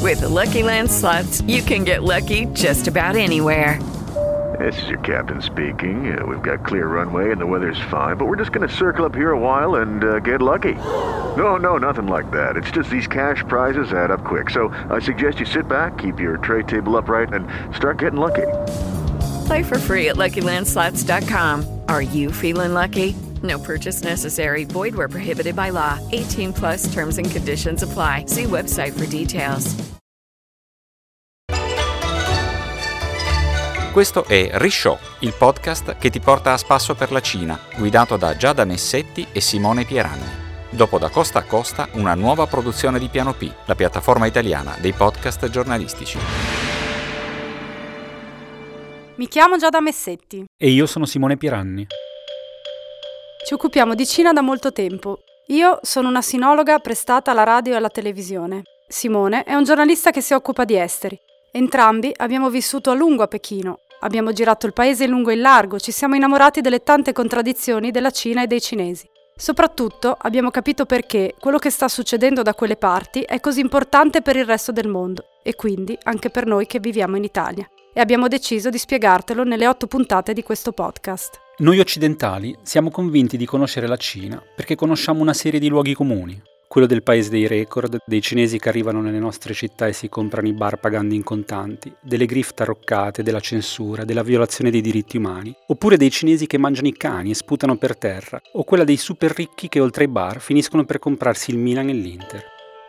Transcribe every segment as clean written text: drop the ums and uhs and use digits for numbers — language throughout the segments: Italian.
With the Lucky Land Slots, you can get lucky just about anywhere. This is your captain speaking. We've got clear runway and the weather's fine, but we're just going to circle up here a while and get lucky. No, nothing like that. It's just these cash prizes add up quick. So I suggest you sit back, keep your tray table upright, and start getting lucky. Play for free at LuckyLandSlots.com. Are you feeling lucky? No purchase necessary. Void where prohibited by law. 18 plus terms and conditions apply. See website for details. Questo è Rishow, il podcast che ti porta a spasso per la Cina, guidato da Giada Messetti e Simone Pieranni. Dopo Da Costa a Costa, una nuova produzione di Piano P, la piattaforma italiana dei podcast giornalistici. Mi chiamo Giada Messetti. E io sono Simone Pieranni. Ci occupiamo di Cina da molto tempo. Io sono una sinologa prestata alla radio e alla televisione. Simone è un giornalista che si occupa di esteri. Entrambi abbiamo vissuto a lungo a Pechino. Abbiamo girato il paese in lungo e in largo, ci siamo innamorati delle tante contraddizioni della Cina e dei cinesi. Soprattutto abbiamo capito perché quello che sta succedendo da quelle parti è così importante per il resto del mondo e quindi anche per noi che viviamo in Italia. E abbiamo deciso di spiegartelo nelle 8 puntate di questo podcast. Noi occidentali siamo convinti di conoscere la Cina perché conosciamo una serie di luoghi comuni. Quello del paese dei record, dei cinesi che arrivano nelle nostre città e si comprano i bar pagando in contanti, delle griffe taroccate, della censura, della violazione dei diritti umani, oppure dei cinesi che mangiano i cani e sputano per terra, o quella dei super ricchi che oltre ai bar finiscono per comprarsi il Milan e l'Inter.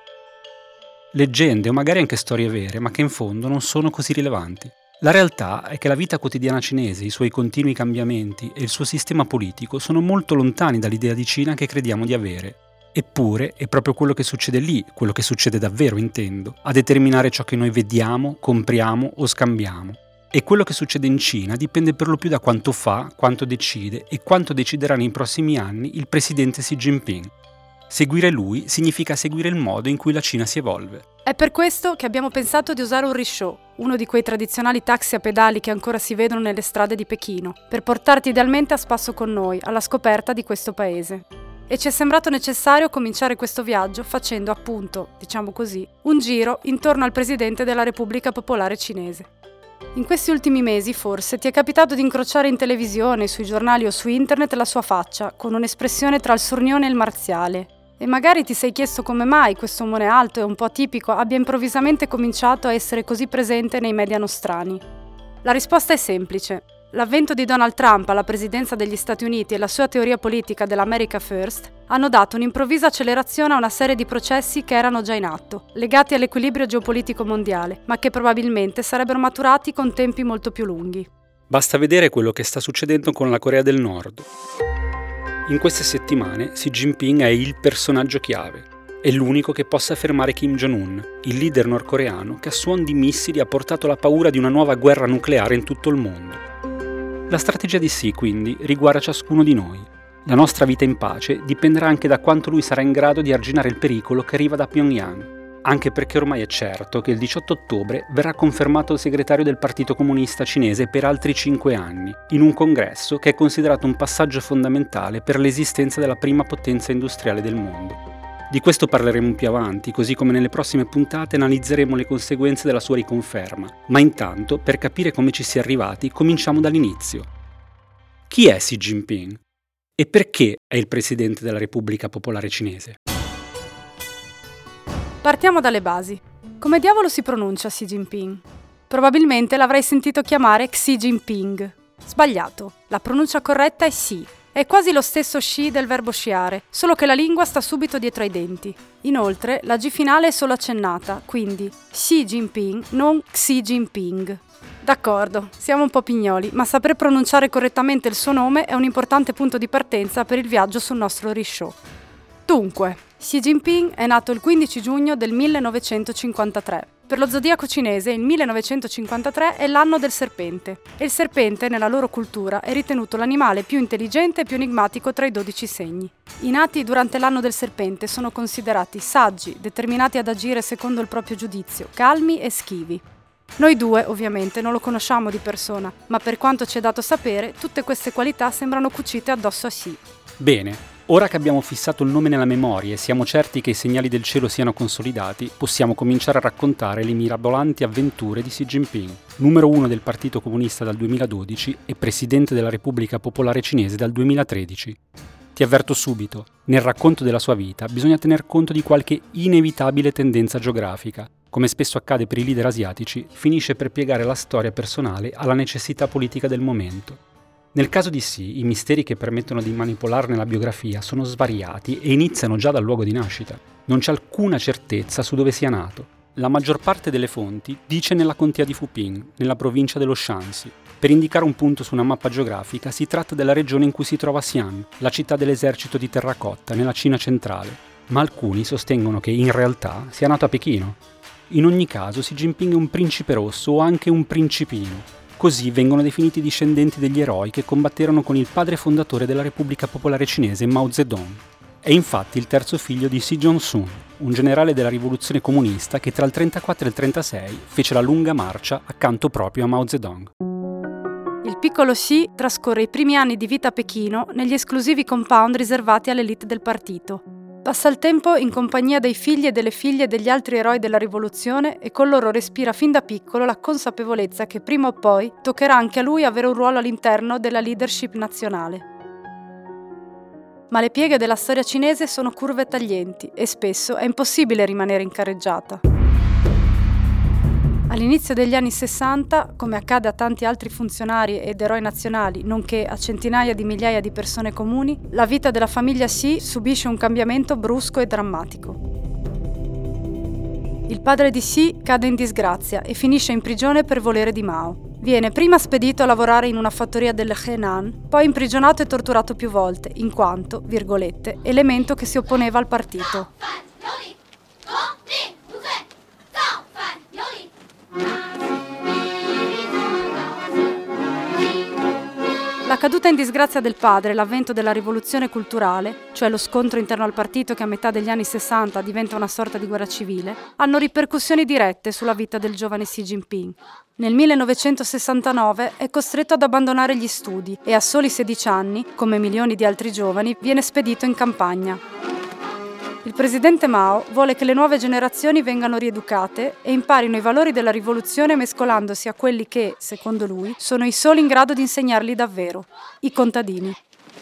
Leggende o magari anche storie vere, ma che in fondo non sono così rilevanti. La realtà è che la vita quotidiana cinese, i suoi continui cambiamenti e il suo sistema politico sono molto lontani dall'idea di Cina che crediamo di avere. Eppure è proprio quello che succede lì, quello che succede davvero intendo, a determinare ciò che noi vediamo, compriamo o scambiamo. E quello che succede in Cina dipende per lo più da quanto fa, quanto decide e quanto deciderà nei prossimi anni il presidente Xi Jinping. Seguire lui significa seguire il modo in cui la Cina si evolve. È per questo che abbiamo pensato di usare un rickshaw, uno di quei tradizionali taxi a pedali che ancora si vedono nelle strade di Pechino, per portarti idealmente a spasso con noi, alla scoperta di questo paese. E ci è sembrato necessario cominciare questo viaggio facendo appunto, diciamo così, un giro intorno al presidente della Repubblica Popolare Cinese. In questi ultimi mesi forse ti è capitato di incrociare in televisione, sui giornali o su internet la sua faccia, con un'espressione tra il sornione e il marziale. E magari ti sei chiesto come mai questo omone alto e un po' atipico abbia improvvisamente cominciato a essere così presente nei media nostrani. La risposta è semplice. L'avvento di Donald Trump alla presidenza degli Stati Uniti e la sua teoria politica dell'America First hanno dato un'improvvisa accelerazione a una serie di processi che erano già in atto, legati all'equilibrio geopolitico mondiale, ma che probabilmente sarebbero maturati con tempi molto più lunghi. Basta vedere quello che sta succedendo con la Corea del Nord. In queste settimane Xi Jinping è il personaggio chiave. È l'unico che possa fermare Kim Jong-un, il leader nordcoreano che a suon di missili ha portato la paura di una nuova guerra nucleare in tutto il mondo. La strategia di Xi, quindi, riguarda ciascuno di noi. La nostra vita in pace dipenderà anche da quanto lui sarà in grado di arginare il pericolo che arriva da Pyongyang, anche perché ormai è certo che il 18 ottobre verrà confermato il segretario del Partito Comunista Cinese per altri 5 anni, in un congresso che è considerato un passaggio fondamentale per l'esistenza della prima potenza industriale del mondo. Di questo parleremo più avanti, così come nelle prossime puntate analizzeremo le conseguenze della sua riconferma. Ma intanto, per capire come ci si è arrivati, cominciamo dall'inizio. Chi è Xi Jinping? E perché è il presidente della Repubblica Popolare Cinese? Partiamo dalle basi. Come diavolo si pronuncia Xi Jinping? Probabilmente l'avrai sentito chiamare Xi Jinping. Sbagliato. La pronuncia corretta è Xi. È quasi lo stesso sci del verbo sciare, solo che la lingua sta subito dietro ai denti. Inoltre, la G finale è solo accennata, quindi Xi Jinping, non Xi Jinping. D'accordo, siamo un po' pignoli, ma saper pronunciare correttamente il suo nome è un importante punto di partenza per il viaggio sul nostro rickshaw. Dunque, Xi Jinping è nato il 15 giugno del 1953. Per lo zodiaco cinese il 1953 è l'anno del serpente e il serpente nella loro cultura è ritenuto l'animale più intelligente e più enigmatico tra i 12 segni. I nati durante l'anno del serpente sono considerati saggi, determinati ad agire secondo il proprio giudizio, calmi e schivi. Noi due ovviamente non lo conosciamo di persona, ma per quanto ci è dato sapere tutte queste qualità sembrano cucite addosso a Xi. Bene, Ora che abbiamo fissato il nome nella memoria e siamo certi che i segnali del cielo siano consolidati, possiamo cominciare a raccontare le mirabolanti avventure di Xi Jinping, numero 1 del Partito Comunista dal 2012 e presidente della Repubblica Popolare Cinese dal 2013. Ti avverto subito, nel racconto della sua vita bisogna tener conto di qualche inevitabile tendenza geografica. Come spesso accade per i leader asiatici, finisce per piegare la storia personale alla necessità politica del momento. Nel caso di Xi, i misteri che permettono di manipolarne la biografia sono svariati e iniziano già dal luogo di nascita. Non c'è alcuna certezza su dove sia nato. La maggior parte delle fonti dice nella contea di Fuping, nella provincia dello Shanxi. Per indicare un punto su una mappa geografica si tratta della regione in cui si trova Xi'an, la città dell'esercito di terracotta nella Cina centrale, ma alcuni sostengono che in realtà sia nato a Pechino. In ogni caso Xi Jinping è un principe rosso o anche un principino. Così vengono definiti i discendenti degli eroi che combatterono con il padre fondatore della Repubblica Popolare Cinese, Mao Zedong. È infatti il terzo figlio di Xi Jong-sun, un generale della rivoluzione comunista che tra il 1934 e il 1936 fece la lunga marcia accanto proprio a Mao Zedong. Il piccolo Xi trascorre i primi anni di vita a Pechino negli esclusivi compound riservati all'elite del partito. Passa il tempo in compagnia dei figli e delle figlie degli altri eroi della rivoluzione e con loro respira fin da piccolo la consapevolezza che prima o poi toccherà anche a lui avere un ruolo all'interno della leadership nazionale. Ma le pieghe della storia cinese sono curve e taglienti e spesso è impossibile rimanere in carreggiata. All'inizio degli anni 60, come accade a tanti altri funzionari ed eroi nazionali, nonché a centinaia di migliaia di persone comuni, la vita della famiglia Xi subisce un cambiamento brusco e drammatico. Il padre di Xi cade in disgrazia e finisce in prigione per volere di Mao. Viene prima spedito a lavorare in una fattoria del Henan, poi imprigionato e torturato più volte, in quanto, virgolette, elemento che si opponeva al partito. La caduta in disgrazia del padre e l'avvento della rivoluzione culturale, cioè lo scontro interno al partito che a metà degli anni 60 diventa una sorta di guerra civile, hanno ripercussioni dirette sulla vita del giovane Xi Jinping. Nel 1969 è costretto ad abbandonare gli studi e a soli 16 anni, come milioni di altri giovani, viene spedito in campagna. Il presidente Mao vuole che le nuove generazioni vengano rieducate e imparino i valori della rivoluzione mescolandosi a quelli che, secondo lui, sono i soli in grado di insegnarli davvero, i contadini.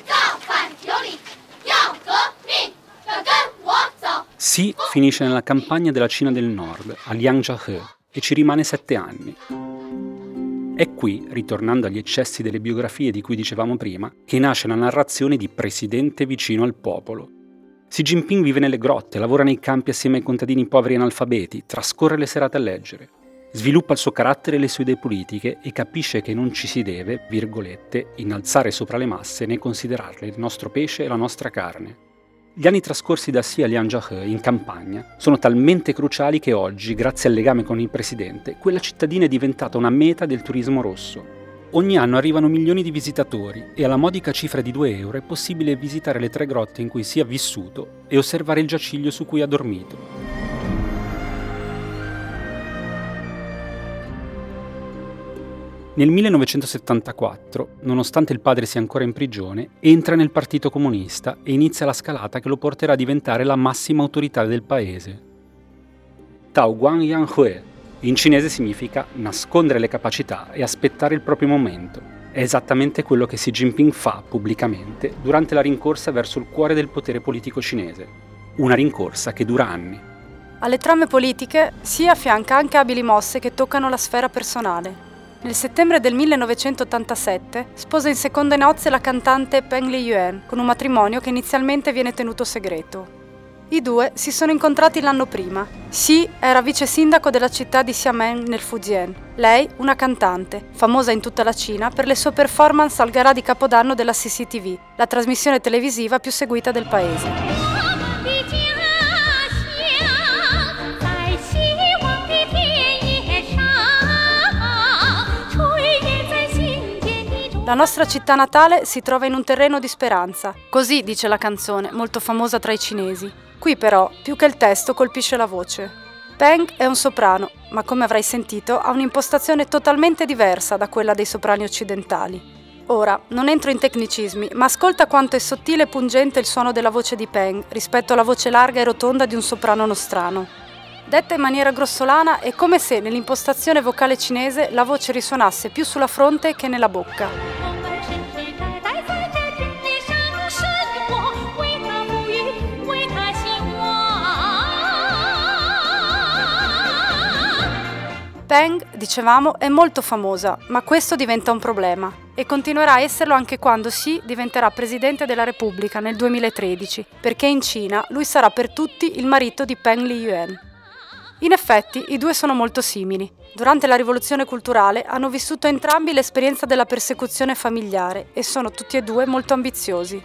Xi finisce nella campagna della Cina del Nord, a Liangjiahe, e ci rimane 7 anni. È qui, ritornando agli eccessi delle biografie di cui dicevamo prima, che nasce la narrazione di presidente vicino al popolo. Xi Jinping vive nelle grotte, lavora nei campi assieme ai contadini poveri e analfabeti, trascorre le serate a leggere. Sviluppa il suo carattere e le sue idee politiche e capisce che non ci si deve, virgolette, innalzare sopra le masse né considerarle il nostro pesce e la nostra carne. Gli anni trascorsi da Xi a Liangjiahe, in campagna, sono talmente cruciali che oggi, grazie al legame con il presidente, quella cittadina è diventata una meta del turismo rosso. Ogni anno arrivano milioni di visitatori e alla modica cifra di 2 euro è possibile visitare le 3 grotte in cui si è vissuto e osservare il giaciglio su cui ha dormito. Nel 1974, nonostante il padre sia ancora in prigione, entra nel Partito Comunista e inizia la scalata che lo porterà a diventare la massima autorità del paese. Tao Guangyanhui in cinese significa nascondere le capacità e aspettare il proprio momento. È esattamente quello che Xi Jinping fa pubblicamente durante la rincorsa verso il cuore del potere politico cinese. Una rincorsa che dura anni. Alle trame politiche Xi affianca anche abili mosse che toccano la sfera personale. Nel settembre del 1987 sposa in seconde nozze la cantante Peng Liyuan con un matrimonio che inizialmente viene tenuto segreto. I due si sono incontrati l'anno prima. Xi era vice sindaco della città di Xiamen nel Fujian. Lei, una cantante, famosa in tutta la Cina per le sue performance al Garà di Capodanno della CCTV, la trasmissione televisiva più seguita del paese. La nostra città natale si trova in un terreno di speranza. Così dice la canzone, molto famosa tra i cinesi. Qui però, più che il testo, colpisce la voce. Peng è un soprano, ma come avrai sentito ha un'impostazione totalmente diversa da quella dei soprani occidentali. Ora, non entro in tecnicismi, ma ascolta quanto è sottile e pungente il suono della voce di Peng rispetto alla voce larga e rotonda di un soprano nostrano. Detta in maniera grossolana, è come se nell'impostazione vocale cinese la voce risuonasse più sulla fronte che nella bocca. Peng, dicevamo, è molto famosa, ma questo diventa un problema e continuerà a esserlo anche quando Xi diventerà presidente della Repubblica nel 2013, perché in Cina lui sarà per tutti il marito di Peng Liyuan. In effetti, i due sono molto simili. Durante la rivoluzione culturale hanno vissuto entrambi l'esperienza della persecuzione familiare e sono tutti e due molto ambiziosi.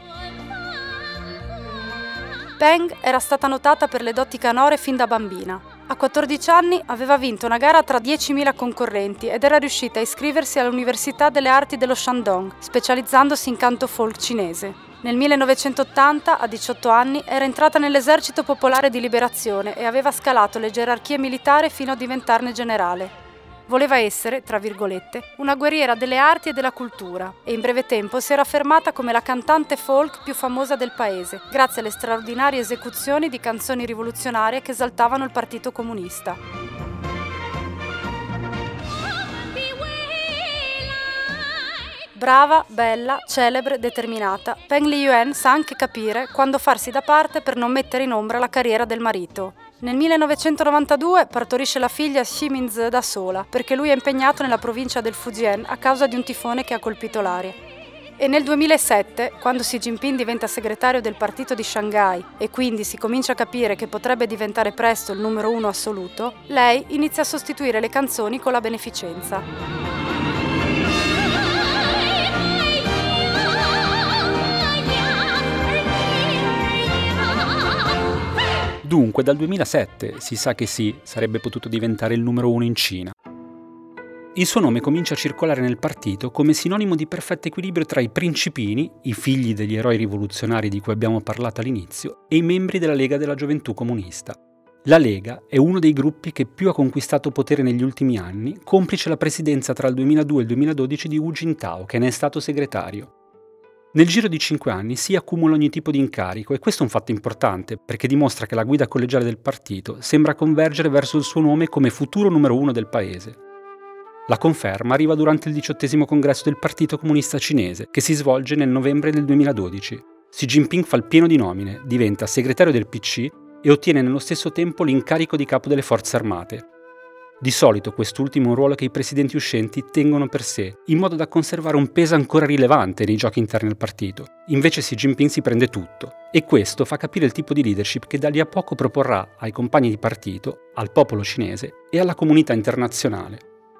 Peng era stata notata per le doti canore fin da bambina. A 14 anni aveva vinto una gara tra 10.000 concorrenti ed era riuscita a iscriversi all'Università delle Arti dello Shandong, specializzandosi in canto folk cinese. Nel 1980, a 18 anni, era entrata nell'Esercito Popolare di Liberazione e aveva scalato le gerarchie militari fino a diventarne generale. Voleva essere, tra virgolette, una guerriera delle arti e della cultura e in breve tempo si era affermata come la cantante folk più famosa del paese, grazie alle straordinarie esecuzioni di canzoni rivoluzionarie che esaltavano il Partito Comunista. Brava, bella, celebre, determinata, Peng Liyuan sa anche capire quando farsi da parte per non mettere in ombra la carriera del marito. Nel 1992 partorisce la figlia Xi Minzi da sola, perché lui è impegnato nella provincia del Fujian a causa di un tifone che ha colpito l'area. E nel 2007, quando Xi Jinping diventa segretario del partito di Shanghai e quindi si comincia a capire che potrebbe diventare presto il numero 1 assoluto, lei inizia a sostituire le canzoni con la beneficenza. Dunque, dal 2007 si sa che Xi sarebbe potuto diventare il numero 1 in Cina. Il suo nome comincia a circolare nel partito come sinonimo di perfetto equilibrio tra i principini, i figli degli eroi rivoluzionari di cui abbiamo parlato all'inizio, e i membri della Lega della Gioventù Comunista. La Lega è uno dei gruppi che più ha conquistato potere negli ultimi anni, complice la presidenza tra il 2002 e il 2012 di Hu Jintao, che ne è stato segretario. Nel giro di 5 anni si accumula ogni tipo di incarico e questo è un fatto importante perché dimostra che la guida collegiale del partito sembra convergere verso il suo nome come futuro numero 1 del paese. La conferma arriva durante il 18° congresso del Partito Comunista Cinese che si svolge nel novembre del 2012. Xi Jinping fa il pieno di nomine, diventa segretario del PC e ottiene nello stesso tempo l'incarico di capo delle forze armate. Di solito quest'ultimo è un ruolo che i presidenti uscenti tengono per sé, in modo da conservare un peso ancora rilevante nei giochi interni al partito. Invece Xi Jinping si prende tutto, e questo fa capire il tipo di leadership che da lì a poco proporrà ai compagni di partito, al popolo cinese e alla comunità internazionale.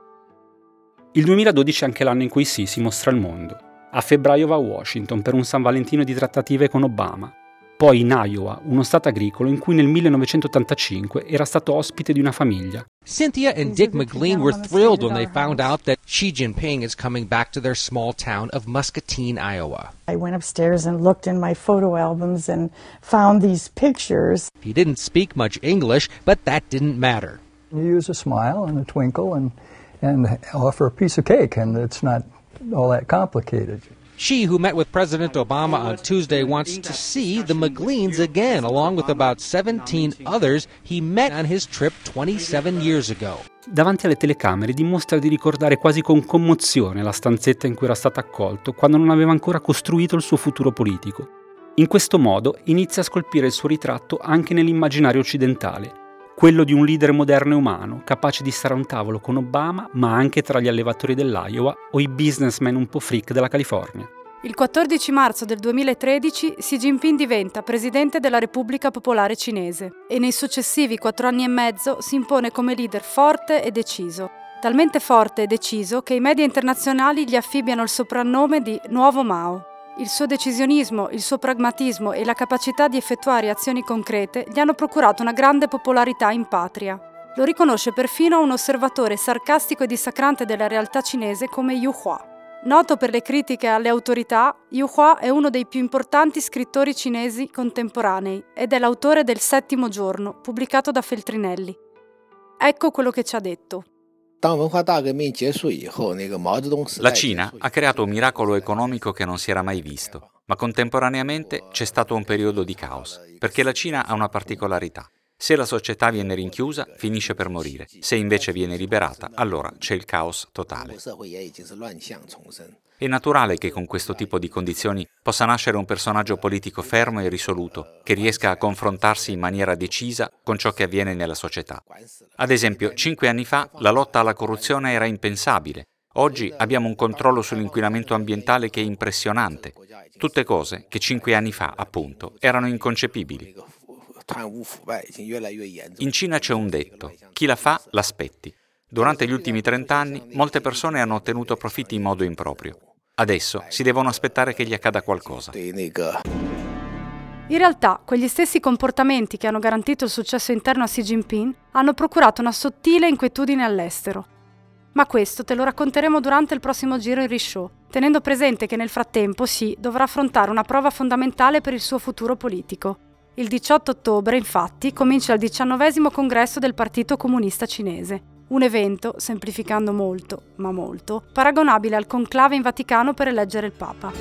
Il 2012 è anche l'anno in cui Xi si mostra al mondo. A febbraio va a Washington per un San Valentino di trattative con Obama. Poi in Iowa, uno stato agricolo in cui nel 1985 era stato ospite di una famiglia. Cynthia and Dick McLean were thrilled when they found out that Xi Jinping is coming back to their small town of Muscatine, Iowa. I went upstairs and looked in my photo albums and found these pictures. He didn't speak much English, but that didn't matter. You use a smile and a twinkle and offer a piece of cake, and it's not all that complicated. Xi, who met with President Obama on Tuesday, wants to see the McLeans again, along with about 17 others he met on his trip 27 years ago. Davanti alle telecamere dimostra di ricordare quasi con commozione la stanzetta in cui era stato accolto quando non aveva ancora costruito il suo futuro politico. In questo modo inizia a scolpire il suo ritratto anche nell'immaginario occidentale, quello di un leader moderno e umano, capace di stare a un tavolo con Obama, ma anche tra gli allevatori dell'Iowa o i businessmen un po' freak della California. Il 14 marzo del 2013 Xi Jinping diventa presidente della Repubblica Popolare Cinese e nei successivi 4 anni e mezzo si impone come leader forte e deciso. Talmente forte e deciso che i media internazionali gli affibbiano il soprannome di Nuovo Mao. Il suo decisionismo, il suo pragmatismo e la capacità di effettuare azioni concrete gli hanno procurato una grande popolarità in patria. Lo riconosce perfino un osservatore sarcastico e dissacrante della realtà cinese come Yu Hua. Noto per le critiche alle autorità, Yu Hua è uno dei più importanti scrittori cinesi contemporanei ed è l'autore del 7° giorno, pubblicato da Feltrinelli. Ecco quello che ci ha detto. La Cina ha creato un miracolo economico che non si era mai visto, ma contemporaneamente c'è stato un periodo di caos, perché la Cina ha una particolarità. Se la società viene rinchiusa, finisce per morire. Se invece viene liberata, allora c'è il caos totale. È naturale che con questo tipo di condizioni possa nascere un personaggio politico fermo e risoluto, che riesca a confrontarsi in maniera decisa con ciò che avviene nella società. Ad esempio, 5 anni fa la lotta alla corruzione era impensabile. Oggi abbiamo un controllo sull'inquinamento ambientale che è impressionante. Tutte cose che 5 anni fa, appunto, erano inconcepibili. In Cina c'è un detto: chi la fa, l'aspetti. Durante gli ultimi 30 anni, molte persone hanno ottenuto profitti in modo improprio. Adesso si devono aspettare che gli accada qualcosa. In realtà, quegli stessi comportamenti che hanno garantito il successo interno a Xi Jinping hanno procurato una sottile inquietudine all'estero. Ma questo te lo racconteremo durante il prossimo giro in Rishow, tenendo presente che nel frattempo Xi dovrà affrontare una prova fondamentale per il suo futuro politico. Il 18 ottobre, infatti, comincia il 19° congresso del Partito Comunista Cinese, un evento, semplificando molto, ma molto, paragonabile al conclave in Vaticano per eleggere il Papa.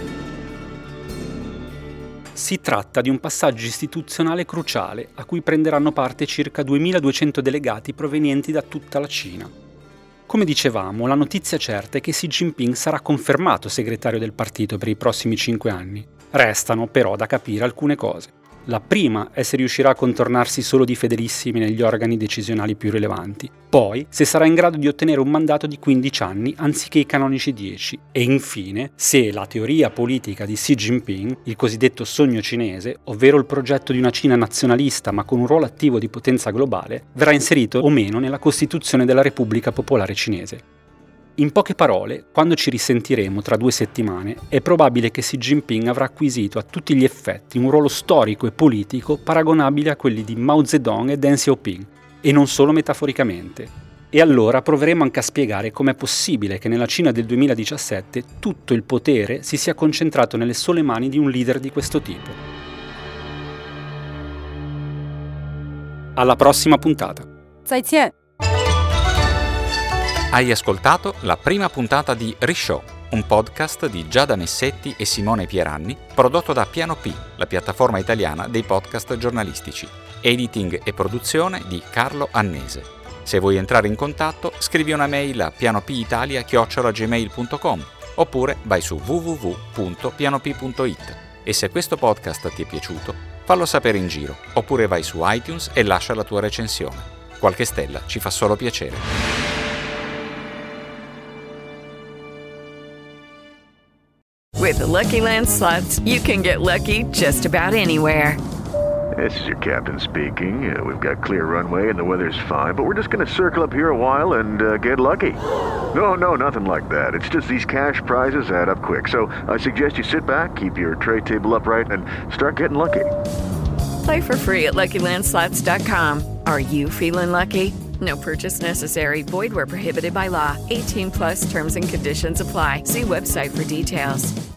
Si tratta di un passaggio istituzionale cruciale a cui prenderanno parte circa 2200 delegati provenienti da tutta la Cina. Come dicevamo, la notizia certa è che Xi Jinping sarà confermato segretario del partito per i prossimi 5 anni. Restano però da capire alcune cose. La prima è se riuscirà a contornarsi solo di fedelissimi negli organi decisionali più rilevanti. Poi, se sarà in grado di ottenere un mandato di 15 anni anziché i canonici 10. E infine, se la teoria politica di Xi Jinping, il cosiddetto sogno cinese, ovvero il progetto di una Cina nazionalista ma con un ruolo attivo di potenza globale, verrà inserito o meno nella Costituzione della Repubblica Popolare Cinese. In poche parole, quando ci risentiremo tra 2 settimane, è probabile che Xi Jinping avrà acquisito a tutti gli effetti un ruolo storico e politico paragonabile a quelli di Mao Zedong e Deng Xiaoping, e non solo metaforicamente. E allora proveremo anche a spiegare com'è possibile che nella Cina del 2017 tutto il potere si sia concentrato nelle sole mani di un leader di questo tipo. Alla prossima puntata. 再见. Hai ascoltato la prima puntata di Rishow, un podcast di Giada Messetti e Simone Pieranni, prodotto da Piano P, la piattaforma italiana dei podcast giornalistici. Editing e produzione di Carlo Annese. Se vuoi entrare in contatto, scrivi una mail a pianopitalia@gmail.com oppure vai su www.pianop.it. E se questo podcast ti è piaciuto, fallo sapere in giro, oppure vai su iTunes e lascia la tua recensione. Qualche stella ci fa solo piacere. With the Lucky Land Slots, you can get lucky just about anywhere. This is your captain speaking. We've got clear runway and the weather's fine, but we're just going to circle up here a while and get lucky. No, nothing like that. It's just these cash prizes add up quick. So I suggest you sit back, keep your tray table upright, and start getting lucky. Play for free at LuckyLandSlots.com. Are you feeling lucky? No purchase necessary. Void where prohibited by law. 18+ terms and conditions apply. See website for details.